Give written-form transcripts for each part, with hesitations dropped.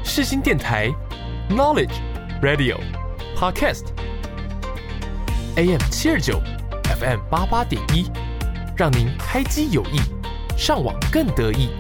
世新电台 Knowledge Radio Podcast AM 729 FM 88.1，让您开机有益，上网更得意。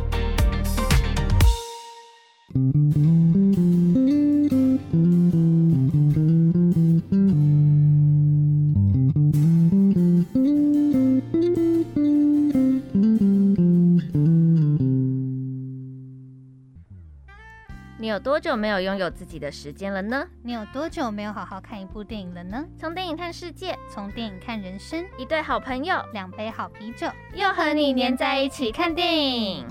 你有多久没有拥有自己的时间了呢？ 你有多久没有好好看一部电影了呢？ 从电影看世界， 从电影看人生， 一对好朋友， 两杯好啤酒， 又和你黏在一起看电影。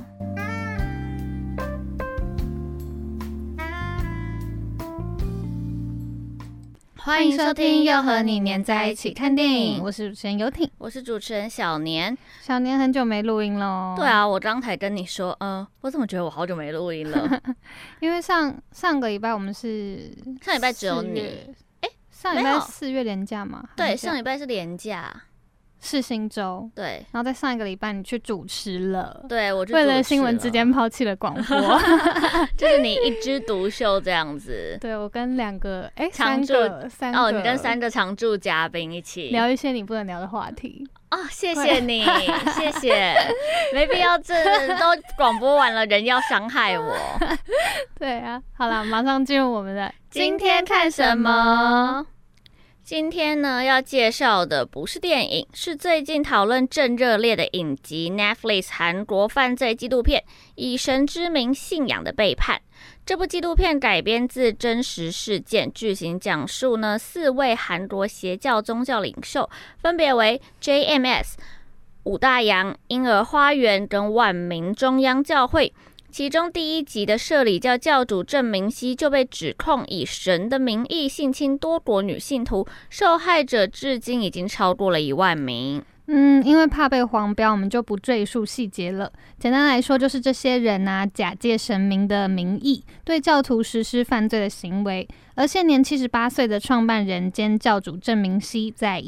欢迎收听又和你黏在一起看电影， 我是主持人游艇， 我是主持人小年。 小年很久没录音了。 对啊，我刚才跟你说，我怎么觉得我好久没录音了？ 因为上个礼拜我们是上礼拜只有你， 上礼拜4月连假嘛？ 对，上礼拜是连假。 世新周， 对， 然后在上一个礼拜你去主持了， 对，我去为了新闻之间抛弃了广播， 就是你一枝独秀这样子。 对，我跟3个哦，你跟3个常驻嘉宾一起聊一些你不能聊的话题。 哦，谢谢你，谢谢，没必要这都广播完了，人要伤害我。 对啊，好啦，马上进入我们的今天看什么。今天呢，要介绍的不是电影，是最近讨论正热烈的影集 Netflix 韩国犯罪纪录片《以神之名：信仰的背叛》。这部纪录片改编自真实事件，剧情讲述呢4位韩国邪教宗教领袖，分别为 JMS、武大洋、婴儿花园跟万民中央教会。其中第1集的摄理教教主郑明熙就被指控以神的名义性侵多国女信徒，受害者至今已经超过了1万名。 因为怕被黄标，我们就不赘述细节了。简单来说，就是这些人假借神明的名义，对教徒实施犯罪的行为。而现年78岁的创办人兼教主郑明熙，在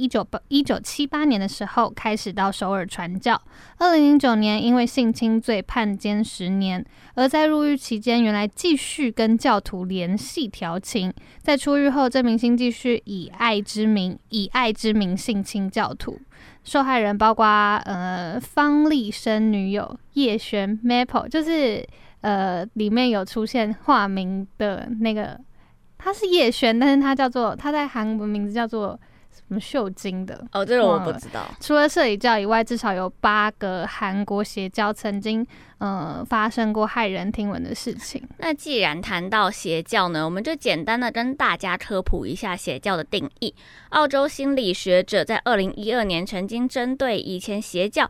1978年的时候开始到首尔传教。2009年因为性侵罪判监10年，而在入狱期间，原来继续跟教徒联系调情。在出狱后，郑明熙继续以爱之名性侵教徒。受害人包括方力申女友叶璇 Maple， 就是里面有出现化名的那个，他是叶璇，但是他在韩文名字叫做什么秀晶的。 哦，这个我不知道。 除了摄理教以外，至少有8个韩国邪教曾经发生过骇人听闻的事情。 那既然谈到邪教呢，我们就简单的跟大家科普一下邪教的定义。澳洲心理学者在2012年曾经针对以前邪教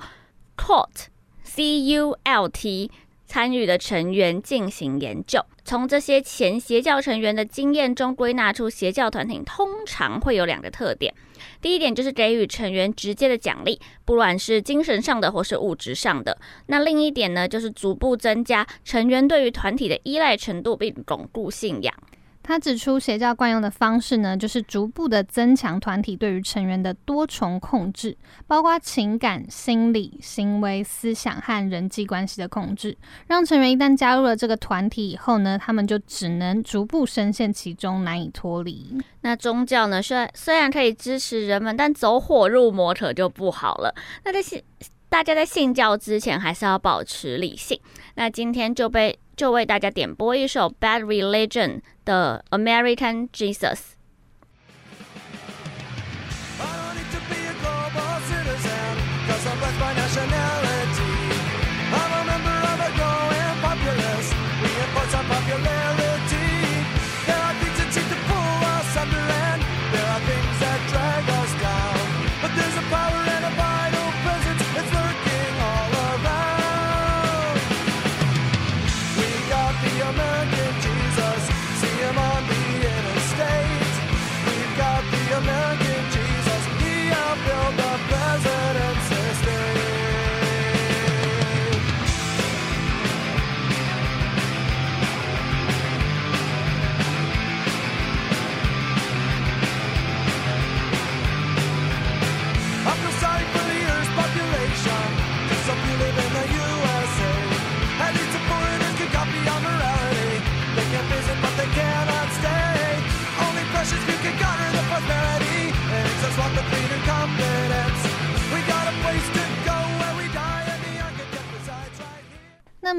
CULT 参与的成员进行研究，从这些前邪教成员的经验中归纳出邪教团体通常会有2个特点。第一点就是给予成员直接的奖励，不管是精神上的或是物质上的。那另一点呢，就是逐步增加成员对于团体的依赖程度，并巩固信仰。 他指出，邪教惯用的方式呢，就是逐步的增强团体对于成员的多重控制，包括情感、心理、行为、思想和人际关系的控制，让成员一旦加入了这个团体以后呢，他们就只能逐步深陷其中，难以脱离。 那宗教呢，虽然可以支持人们，但走火入魔可就不好了。那大家在信教之前还是要保持理性。那今天就为大家点播一首 Bad Religion 的 American Jesus。 American Jesus, he upheld the president's estate.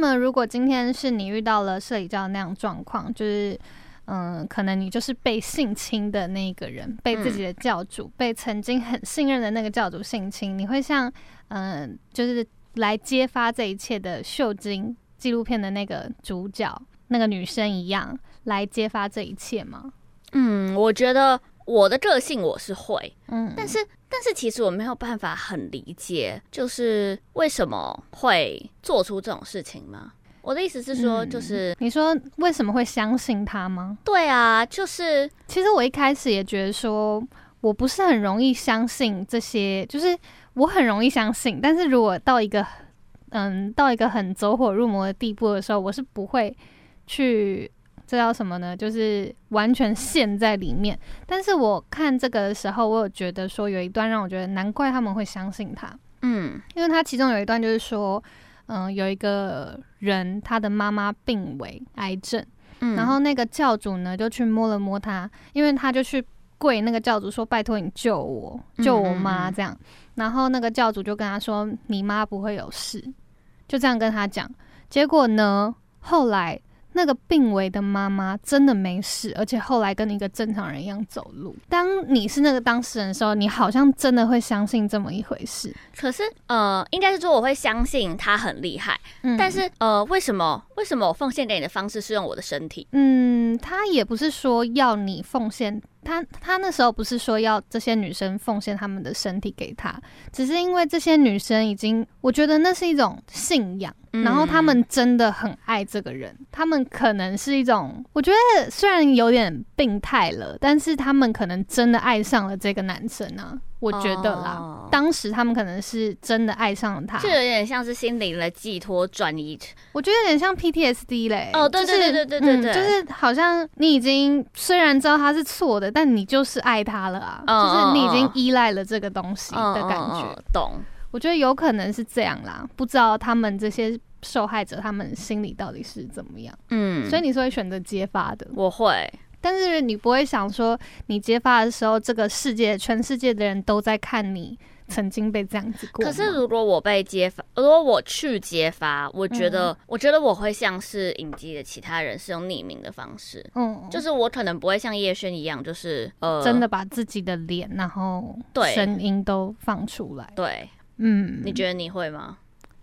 么如果今天是你遇到了社里教那样状况，就是可能你就是被性侵的那个人，被自己的教主，被曾经很信任的那个教主性侵，你会像就是来揭发这一切的秀晶纪录片的那个主角那个女生一样来揭发这一切吗？ 我觉得我的个性我是会，但是其实我没有办法很理解，就是为什么会做出这种事情吗？我的意思是说，就是你说为什么会相信他吗？ 对啊，就是其实我一开始也觉得说，我不是很容易相信这些，就是我很容易相信，但是如果到一个很走火入魔的地步的时候，我是不会去，这叫什么呢？就是完全陷在里面。但是我看这个的时候，我有觉得说有一段让我觉得难怪他们会相信他，因为他其中有一段就是说，有一个人他的妈妈病危癌症，然后那个教主呢就去摸了摸他，因为他就去跪那个教主说拜托你救我妈这样，然后那个教主就跟他说你妈不会有事，就这样跟他讲。结果呢后来那个病危的妈妈真的没事，而且后来跟一个正常人一样走路。当你是那个当事人的时候，你好像真的会相信这么一回事。 可是应该是说我会相信他很厉害，但是为什么我奉献给你的方式是用我的身体？ 他也不是说要你奉献。他那时候不是说要这些女生奉献他们的身体给他，只是因为这些女生已经，我觉得那是一种信仰，然后他们真的很爱这个人，他们可能是一种，我觉得虽然有点病态了，但是他们可能真的爱上了这个男生啊。我觉得啦，当时他们可能是真的爱上了他， 就有点像是心灵的寄托转移。 我觉得有点像 PTSD 嘞。 对对对对对对， 就是好像你已经虽然知道他是错的，但你就是爱他了啊，就是你已经依赖了这个东西的感觉。 懂。 我觉得有可能是这样啦，不知道他们这些受害者他们心里到底是怎么样。所以你是会选择揭发的？我会。但是你不会想说，你揭发的时候，这个世界全世界的人都在看你曾经被这样子过吗？可是如果我被揭发，如果我去揭发，我觉得我会像是影集的其他人，是用匿名的方式。就是我可能不会像叶萱一样，就是真的把自己的脸，然后声音都放出来。 对，你觉得你会吗？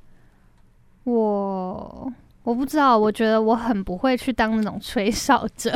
我不知道，我觉得我很不会去当那种吹哨者，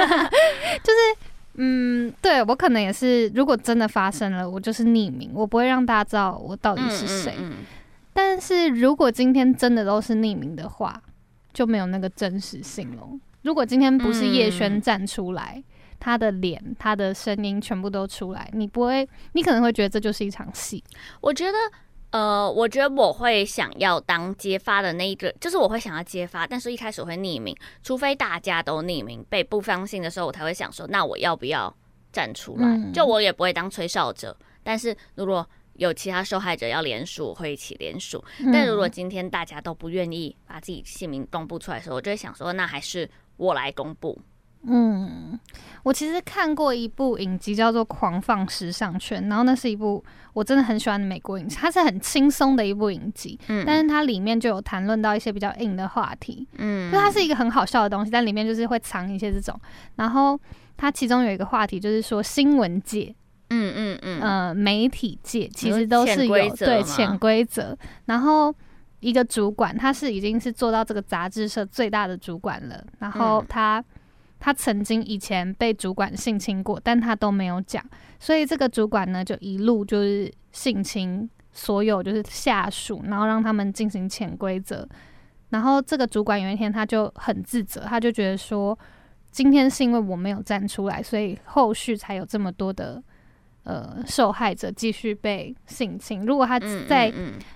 就是对，我可能也是，如果真的发生了，我就是匿名，我不会让大家知道我到底是谁。但是如果今天真的都是匿名的话，就没有那个真实性了。如果今天不是叶萱站出来，他的脸、他的声音全部都出来，你可能会觉得这就是一场戏。 我觉得我会想要当揭发的那一个，就是我会想要揭发，但是一开始我会匿名，除非大家都匿名，被不相信的时候，我才会想说，那我要不要站出来？就我也不会当吹哨者，但是如果有其他受害者要联署，我会一起联署。但如果今天大家都不愿意把自己姓名公布出来的时候，我就会想说，那还是我来公布。 我其实看过一部影集叫做《狂放时尚圈》，然后那是一部我真的很喜欢的美国影集，它是很轻松的一部影集，但是它里面就有谈论到一些比较硬的话题，就它是一个很好笑的东西，但里面就是会藏一些这种。然后它其中有一个话题就是说新闻界，媒体界其实都是有对潜规则，然后一个主管他是已经是做到这个杂志社最大的主管了，然后他曾经以前被主管性侵过，但他都没有讲，所以这个主管呢就一路就是性侵所有就是下属，然后让他们进行潜规则。然后这个主管有一天他就很自责，他就觉得说，今天是因为我没有站出来，所以后续才有这么多的受害者继续被性侵。如果他在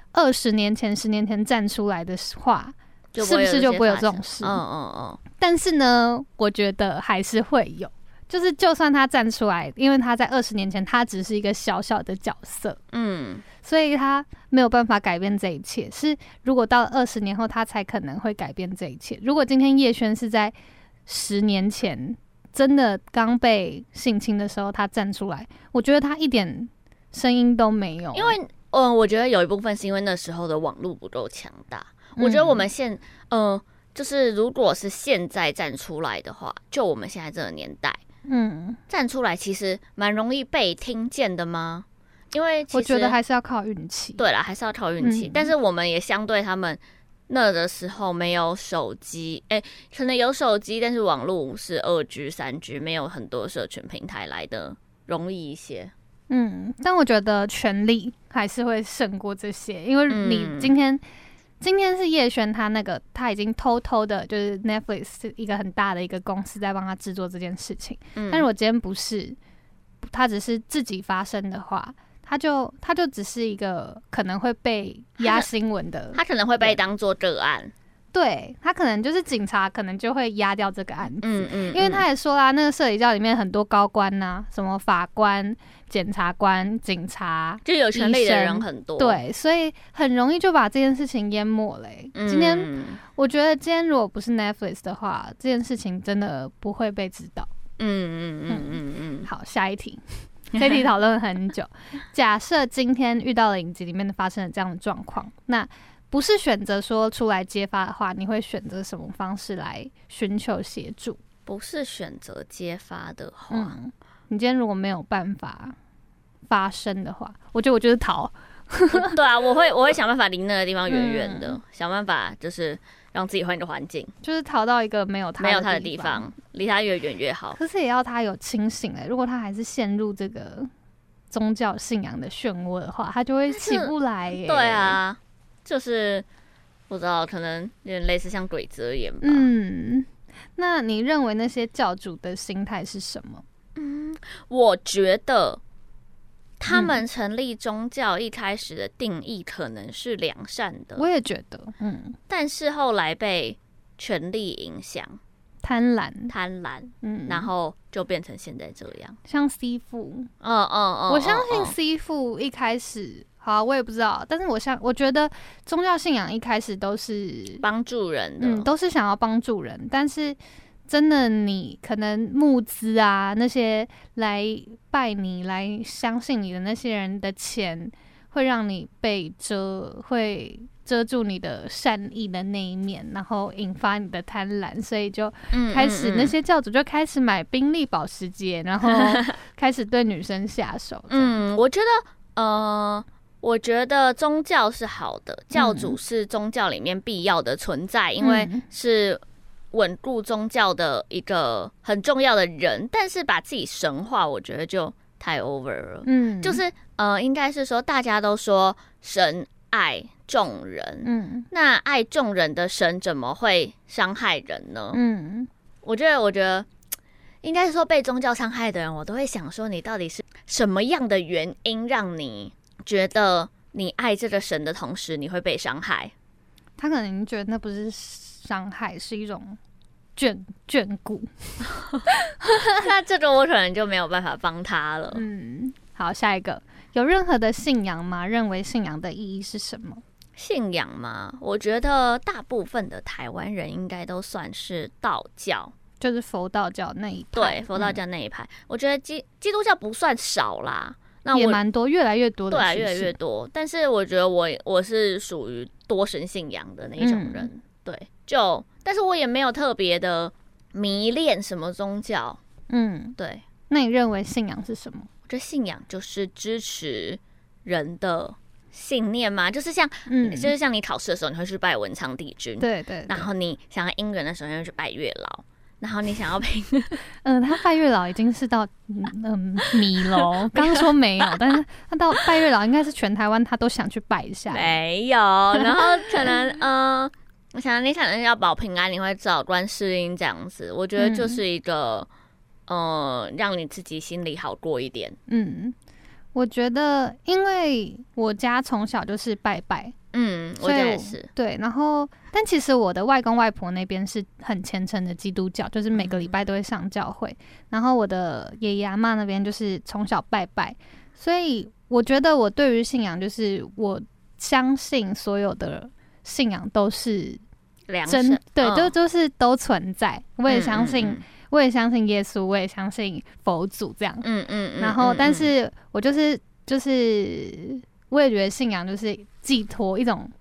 20年前、10年前站出来的话，是不是就不会有这种事？但是呢，我觉得还是会有，就是就算他站出来，因为他在20年前他只是一个小小的角色，所以他没有办法改变这一切。是如果到了20年后，他才可能会改变这一切。如果今天叶萱是在10年前真的刚被性侵的时候，他站出来，我觉得他一点声音都没有， 因为我觉得有一部分是因为那时候的网络不够强大。 我觉得我们就是如果是现在站出来的话，就我们现在这个年代，站出来其实蛮容易被听见的吗？因为其实我觉得还是要靠运气。 对啦，还是要靠运气。但是我们也相对他们那的时候没有手机，可能有手机，但是网络是2G、3G，没有很多社群平台来的容易一些。 但我觉得权力还是会胜过这些，因为你今天是叶璇，他已经偷偷的，就是 Netflix 是一个很大的一个公司在帮他制作这件事情。但是我今天不是，他只是自己发生的话，他就只是一个可能会被压新闻的，他可能会被当作个案。 对，他可能就是警察，可能就会压掉这个案子。因为他也说啦，那个社里教里面很多高官呐，什么法官、检察官、警察， 就有权力的人很多。 对，所以很容易就把这件事情淹没了。今天我觉得，今天如果不是 Netflix 的话，这件事情真的不会被知道。好，下一题。这题讨论很久。假设今天遇到了影集里面发生了这样的状况，那不是选择说出来揭发的话，你会选择什么方式来寻求协助？ 不是选择揭发的话， 你今天如果没有办法发生的话，我觉得我就是逃。 对啊，我会想办法离那个地方远远的，想办法就是让自己换一个环境， 就是逃到一个没有他的地方， 离他越远越好。 可是也要他有清醒如果他还是陷入这个宗教信仰的漩涡的话，他就会起不来耶。 对啊。就是不知道，可能有点类似像鬼遮眼吧。 那你认为那些教主的心态是什么？ 我觉得他们成立宗教一开始的定义可能是良善的。 我也觉得， 但是后来被权力影响， 贪婪， 然后就变成现在这样。 像 C 父，我相信 C 父一开始。好，我也不知道，但是我觉得宗教信仰一开始都是帮助人的， 都是想要帮助人，但是真的你可能募资啊，那些来拜你、来相信你的那些人的钱，会让你被会遮住你的善意的那一面，然后引发你的贪婪，所以就开始那些教主就开始买宾利、保时捷，然后开始对女生下手。 我觉得宗教是好的，教主是宗教里面必要的存在，因为是稳固宗教的一个很重要的人。但是把自己神化，我觉得就太 over 了。就是应该是说大家都说神爱众人，那爱众人的神怎么会伤害人呢？我觉得应该是说被宗教伤害的人，我都会想说，你到底是什么样的原因让你觉得你爱这个神的同时你会被伤害？ 他可能觉得那不是伤害，是一种眷顾。 那这个我可能就没有办法帮他了。 好，下一个，有任何的信仰吗？认为信仰的意义是什么？ 信仰吗？我觉得大部分的台湾人应该都算是道教， 就是佛道教那一派。 对，佛道教那一派，我觉得基督教不算少啦。那也蛮多，越来越多的， 对，越来越多。但是我觉得我是属于多神信仰的那种人，对，但是我也没有特别的迷恋什么宗教，对。 那你认为信仰是什么？ 我觉得信仰就是支持人的信念嘛，就是像你考试的时候，你会去拜文昌帝君， 对， 然后你想要姻缘的时候，你会去拜月老。然后你想要评， 他拜月老已经是到米喽。刚刚说没有，但是他到拜月老应该是全台湾他都想去拜一下。 没有，然后可能我想你可能要保平安，你会找观世音这样子。我觉得就是一个让你自己心里好过一点。 我觉得因为我家从小就是拜拜。 我也是。 对，然后但其实我的外公外婆那边是很虔诚的基督教，就是每个礼拜都会上教会。然后我的爷爷阿嬷那边就是从小拜拜，所以我觉得我对于信仰就是我相信所有的信仰都是真，对，就是都存在。我也相信，我也相信耶稣，我也相信佛祖这样。然后，但是我就是。我也觉得信仰就是寄托一种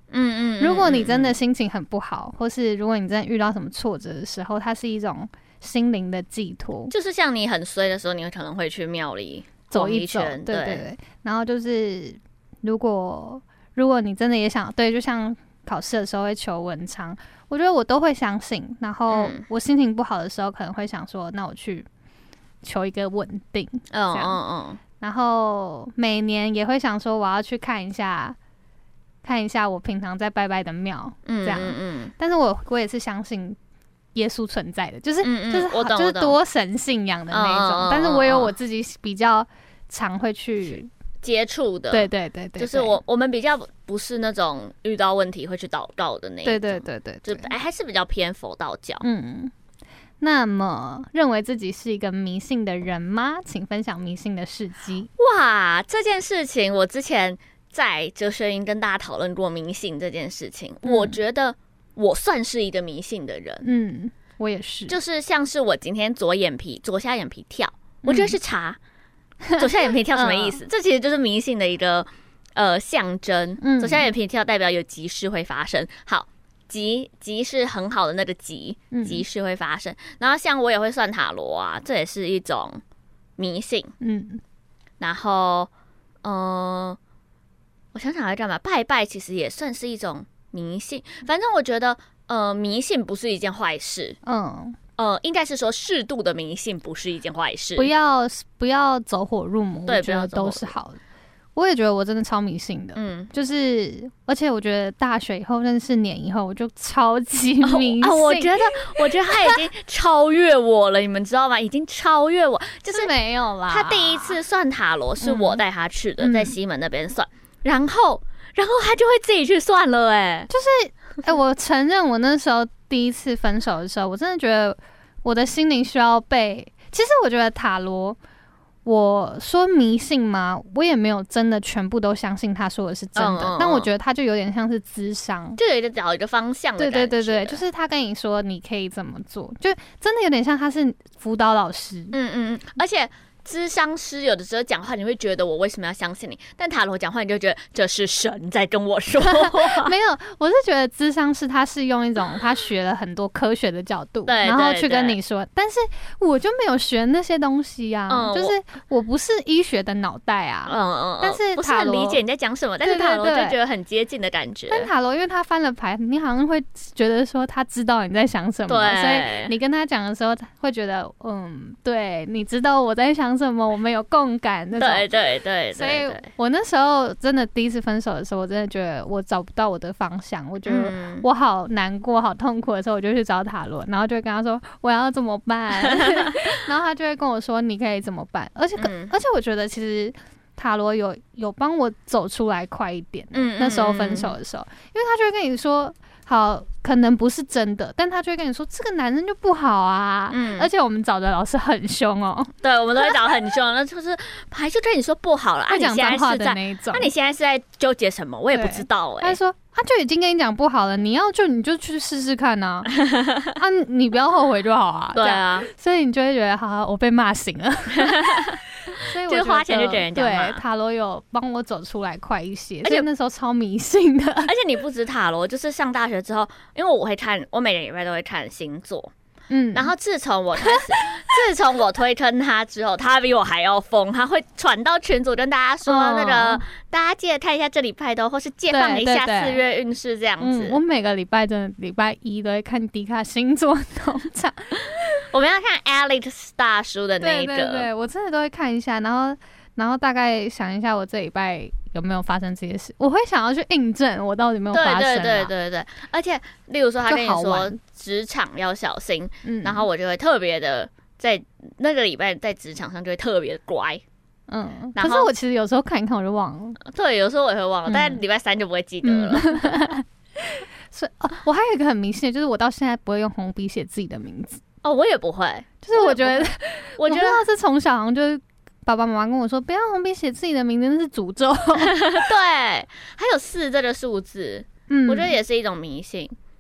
如果你真的心情很不好，或是如果你真的遇到什么挫折的时候，它是一种心灵的寄托。 就是像你很衰的时候，你可能会去庙里走一走， 圈， 对。然后就是如果你真的也想，对，就像考试的时候会求文昌，我觉得我都会相信。然后我心情不好的时候，可能会想说，那我去求一个稳定，然后每年也会想说，我要去看一下我平常在拜拜的庙，这样。但是我也是相信耶稣存在的，就是多神信仰的那种。但是我有我自己比较常会去接触的， 对， 就是我们比较不是那种遇到问题会去祷告的那种， 对， 就还是比较偏佛道教。 那么，认为自己是一个迷信的人吗？请分享迷信的事迹。 哇，这件事情我之前在哲学营跟大家讨论过迷信这件事情，我觉得我算是一个迷信的人。 我也是， 就是像是我今天左下眼皮跳，我觉得是查左下眼皮跳什么意思？这其实就是迷信的一个象征。左下眼皮跳代表有急事会发生。好。急是很好的那个急事会发生。然后像我也会算塔罗啊，这也是一种迷信。然后我想想还干嘛？拜拜其实也算是一种迷信。反正我觉得迷信不是一件坏事。应该是说适度的迷信不是一件坏事。 不要走火入魔，我觉得都是好的。我也觉得我真的超迷信的，就是而且我觉得大学以后认识年以后，我就超级迷信。 我觉得他已经超越我了，你们知道吗？已经超越我，就是没有啦。 他第一次算塔罗是我带他去的，在西门那边算，然后他就会自己去算了， 就是我承认我那时候第一次分手的时候，我真的觉得我的心灵需要被。其实我觉得塔罗。我说迷信吗？我也没有真的全部都相信他说的是真的，但我觉得他就有点像是諮商， 就有一个找一个方向的感觉。 对，就是他跟你说你可以怎么做，就真的有点像他是辅导老师。 而且諮商师有的时候讲话，你会觉得我为什么要相信你？但塔罗讲话，你就觉得这是神在跟我说话。 没有，我是觉得諮商师他是用一种他学了很多科学的角度，然后去跟你说。但是我就没有学那些东西啊，就是我不是医学的脑袋啊。但是不是很理解你在讲什么，但是塔罗就觉得很接近的感觉。 但塔罗因为他翻了牌，你好像会觉得说他知道你在想什么，所以你跟他讲的时候，会觉得对，你知道我在想什么，我们有共感那种。 对， 所以我那时候真的第一次分手的时候，我真的觉得我找不到我的方向，我觉得我好难过好痛苦的时候，我就去找塔罗，然后就会跟他说我要怎么办然后他就会跟我说你可以怎么办。而且我觉得其实塔罗有帮我走出来快一点。那时候分手的时候，因为他就会跟你说好，可能不是真的，但他就会跟你说这个男人就不好啊。而且我们找的老师很凶哦。 对，我们都会找很凶，那就是还就跟你说不好了。 会讲脏话的那一种。 那你现在是在纠结什么？我也不知道他说他就已经跟你讲不好了，你就去试试看啊。你不要后悔就好啊。 对啊， 所以你就会觉得好，我被骂醒了。所以我就花钱就给人家骂。 对，塔罗有帮我走出来快一些，而且那时候超迷信的。 而且你不止塔罗，就是上大学之后，因为我每个礼拜都会看星座。然后自从我推坑他之后，他比我还要疯，他会传到群组跟大家说那个大家记得看一下这礼拜的，或是介绍一下4月运势这样子。 我每个礼拜真的礼拜一都会看迪卡星座农场。 我们要看 Alex 大叔的那一个。 对，我真的都会看一下，然后大概想一下我这礼拜有没有发生这些事，我会想要去印证我到底有没有发生。 对，而且例如说他跟你说职场要小心，然后我就会特别的在那个礼拜在职场上就会特别乖。 可是我其实有时候看一看我就忘了。 对，有时候我也会忘了，但礼拜3就不会记得了。 所以我还有一个很迷信的，就是我到现在不会用红笔写自己的名字。 我也不会， 就是我觉得是从小好像就是爸爸妈妈跟我说不要红笔写自己的名字，那是诅咒。 对，还有4这个数字，我觉得也是一种迷信。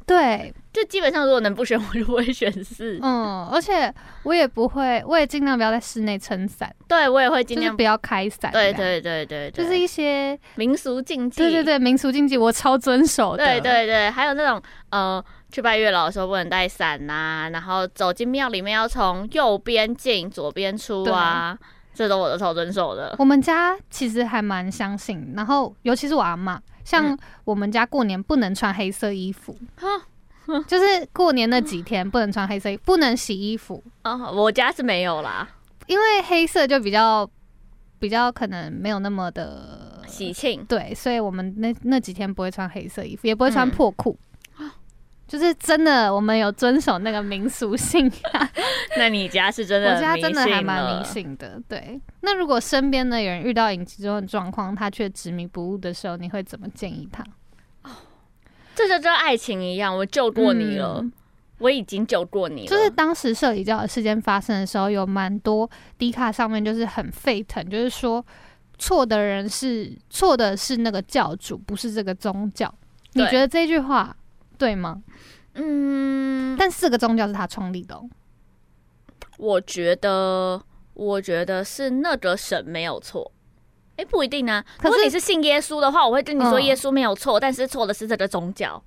对， 就基本上如果能不选，我就不会选4。 而且我也不会，我也尽量不要在室内撑伞， 对我也会尽量就是不要开伞。 对对对对， 就是一些民俗禁忌。 对对对，民俗禁忌我超遵守的。 对对对，还有那种去拜月老的时候不能带伞呐，然后走进庙里面要从右边进，左边出啊，这都我都超遵守的。 我们家其实还蛮相信，然后尤其是我阿嬷，像我们家过年不能穿黑色衣服。就是过年那几天不能穿黑色衣服，不能洗衣服。 我家是没有啦， 因为黑色就比较可能没有那么的喜庆。 对，所以我们那几天不会穿黑色衣服，也不会穿破裤。就是真的，我们有遵守那个民俗信仰。 那你家是真的？ 我家真的还蛮迷信的。对，那如果身边的有人遇到影集中的状况，他却执迷不悟的时候，你会怎么建议他？ 这就跟爱情一样，我救过你了，我已经救过你了。 就是当时社里教的事件发生的时候，有蛮多D卡上面就是很沸腾，就是说错的是那个教主，不是这个宗教。你觉得这句话对吗？但4个宗教是他创立的哦。 我觉得是那个神没有错。不一定啊。如果你是信耶稣的话，我会跟你说耶稣没有错，但是错的是这个宗教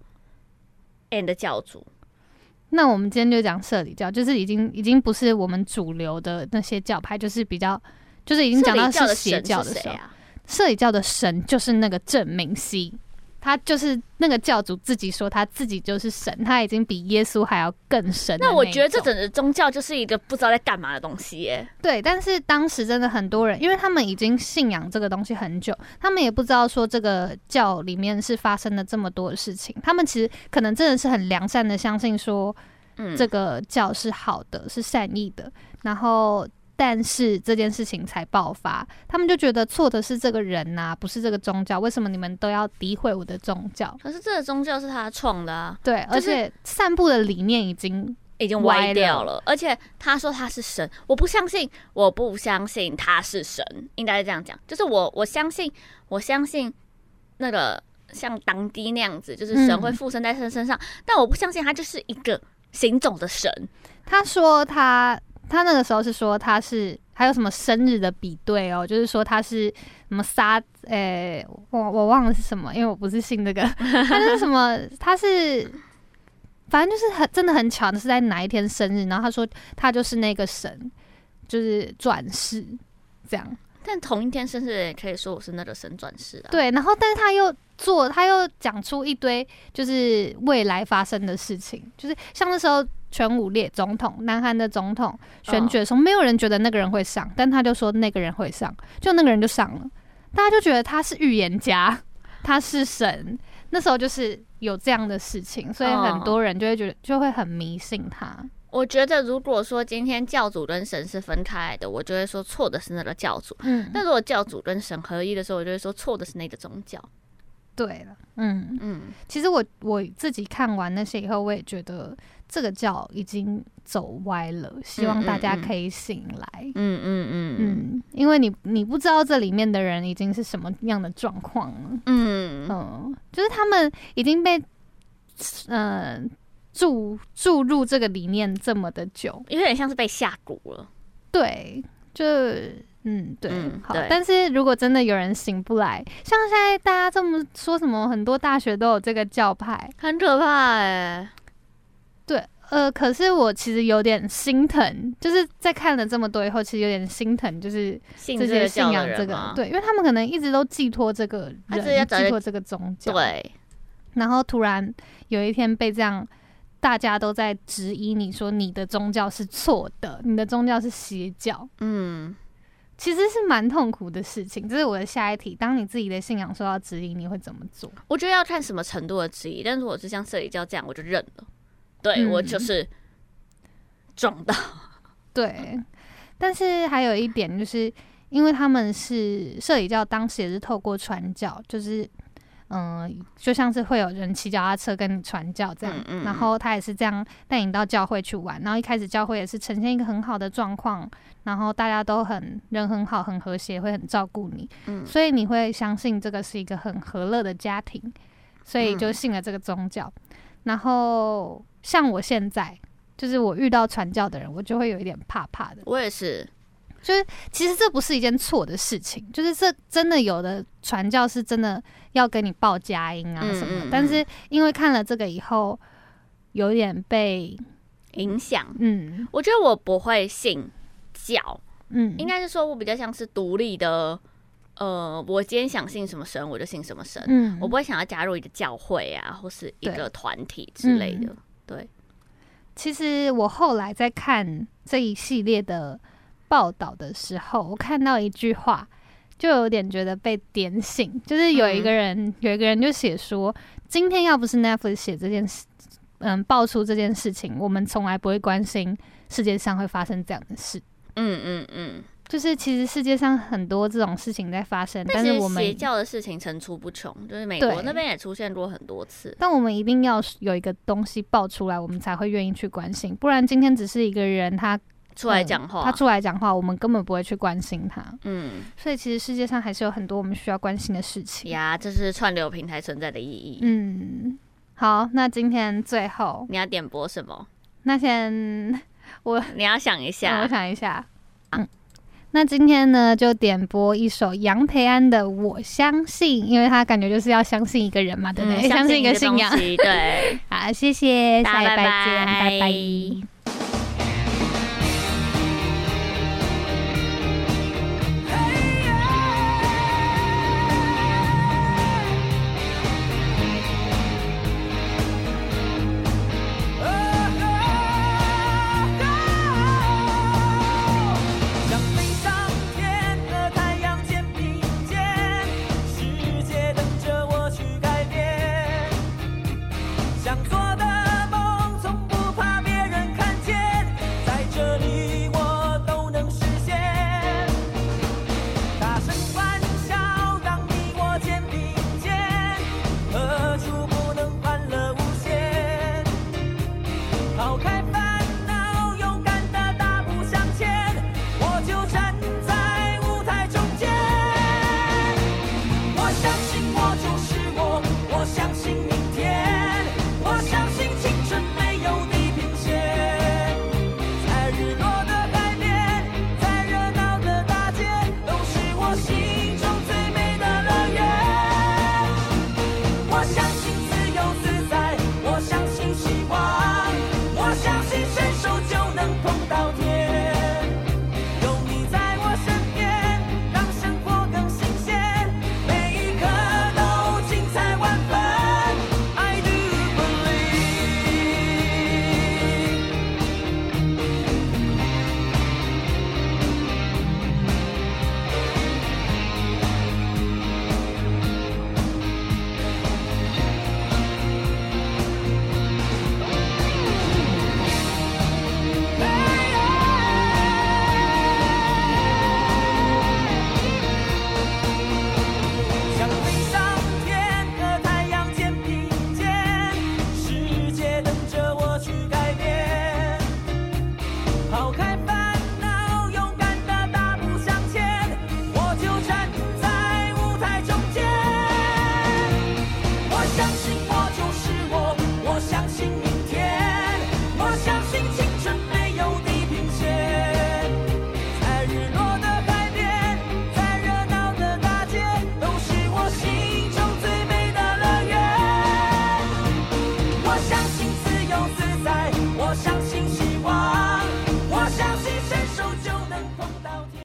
and 教主。 那我们今天就讲社里教，就是已经不是我们主流的那些教派，就是比较，就是已经讲到是邪教的时候。社里教的神就是那个郑明熙。他就是那个教主自己说他自己就是神，他已经比耶稣还要更神。 那我觉得这整个宗教就是一个不知道在干嘛的东西耶。 对，但是当时真的很多人，因为他们已经信仰这个东西很久，他们也不知道说这个教里面是发生了这么多的事情。他们其实可能真的是很良善的相信说，这个教是好的，是善意的，然后。但是这件事情才爆发，他们就觉得错的是这个人啊，不是这个宗教。为什么你们都要诋毁我的宗教？ 可是这个宗教是他创的啊。 对，而且散布的理念已经歪掉了。而且他说他是神，我不相信他是神，应该是这样讲。就是我相信那个像当地那样子，就是神会附身在他身上，但我不相信他就是一个行走的神。 他说他那个时候是说他是还有什么生日的比对哦，就是说他是什么我忘了是什么，因为我不是信这个。他是什么？他是反正就是真的很巧的是在哪一天生日，然后他说他就是那个神，就是转世这样。 但同一天生日的人也可以说我是那个神转世啊。 对，然后但是他又讲出一堆就是未来发生的事情，就是像那时候全武烈总统，南韩的总统选举的时候，没有人觉得那个人会上，但他就说那个人会上，就那个人就上了，大家就觉得他是预言家，他是神。那时候就是有这样的事情，所以很多人就会觉得就会很迷信他。 我觉得如果说今天教主跟神是分开来的，我就会说错的是那个教主。但如果教主跟神合一的时候，我就会说错的是那个宗教。 对了，其实我自己看完那些以后，我也觉得这个教已经走歪了，希望大家可以醒来。因为你不知道这里面的人已经是什么样的状况了。就是他们已经被注入这个理念这么的久， 有点像是被下蛊了。 对，就对，好。但是如果真的有人醒不来，像现在大家这么说什么，很多大学都有这个教派， 很可怕欸。 对，可是我其实有点心疼，就是在看了这么多以后，其实有点心疼，就是这些信仰这个，对，因为他们可能一直都寄托这个人，寄托这个宗教，对。然后突然有一天被这样。大家都在质疑你说你的宗教是错的，你的宗教是邪教，其实是蛮痛苦的事情。这是我的下一题，当你自己的信仰受到质疑，你会怎么做？ 我觉得要看什么程度的质疑，但如果是像社里教这样，我就认了。对，我就是撞到。 对，但是还有一点就是，因为他们是社里教，当时也是透过传教，就是。就像是会有人骑脚踏车跟你传教这样，然后他也是这样带你到教会去玩，然后一开始教会也是呈现一个很好的状况，然后大家都人很好，很和谐，会很照顾你，所以你会相信这个是一个很和乐的家庭，所以就信了这个宗教。 然后像我现在，就是我遇到传教的人，我就会有一点怕怕的。 我也是， 就是其实这不是一件错的事情，就是这真的有的传教是真的要跟你报佳音啊什么，但是因为看了这个以后，有点被影响。我觉得我不会信教，应该是说我比较像是独立的。我今天想信什么神，我就信什么神。我不会想要加入一个教会啊，或是一个团体之类的。对， 其实我后来在看这一系列的报道的时候，我看到一句话，就有点觉得被点醒。就是有一个人就写说，今天要不是 Netflix 写这件事，爆出这件事情，我们从来不会关心世界上会发生这样的事。就是其实世界上很多这种事情在发生，但是我们邪教的事情层出不穷，就是美国那边也出现过很多次。 但我们一定要有一个东西爆出来，我们才会愿意去关心。不然今天只是一个人他出来讲话， 他出来讲话，我们根本不会去关心他。所以其实世界上还是有很多我们需要关心的事情呀。这是串流平台存在的意义。 好，那今天最后你要点播什么？ 那你要想一下， 我想一下。那今天呢，就点播一首杨培安的《我相信》，因为他感觉就是要相信一个人嘛，对不对？相信一个信仰。 对， 好，谢谢，下礼拜见， 拜拜拜。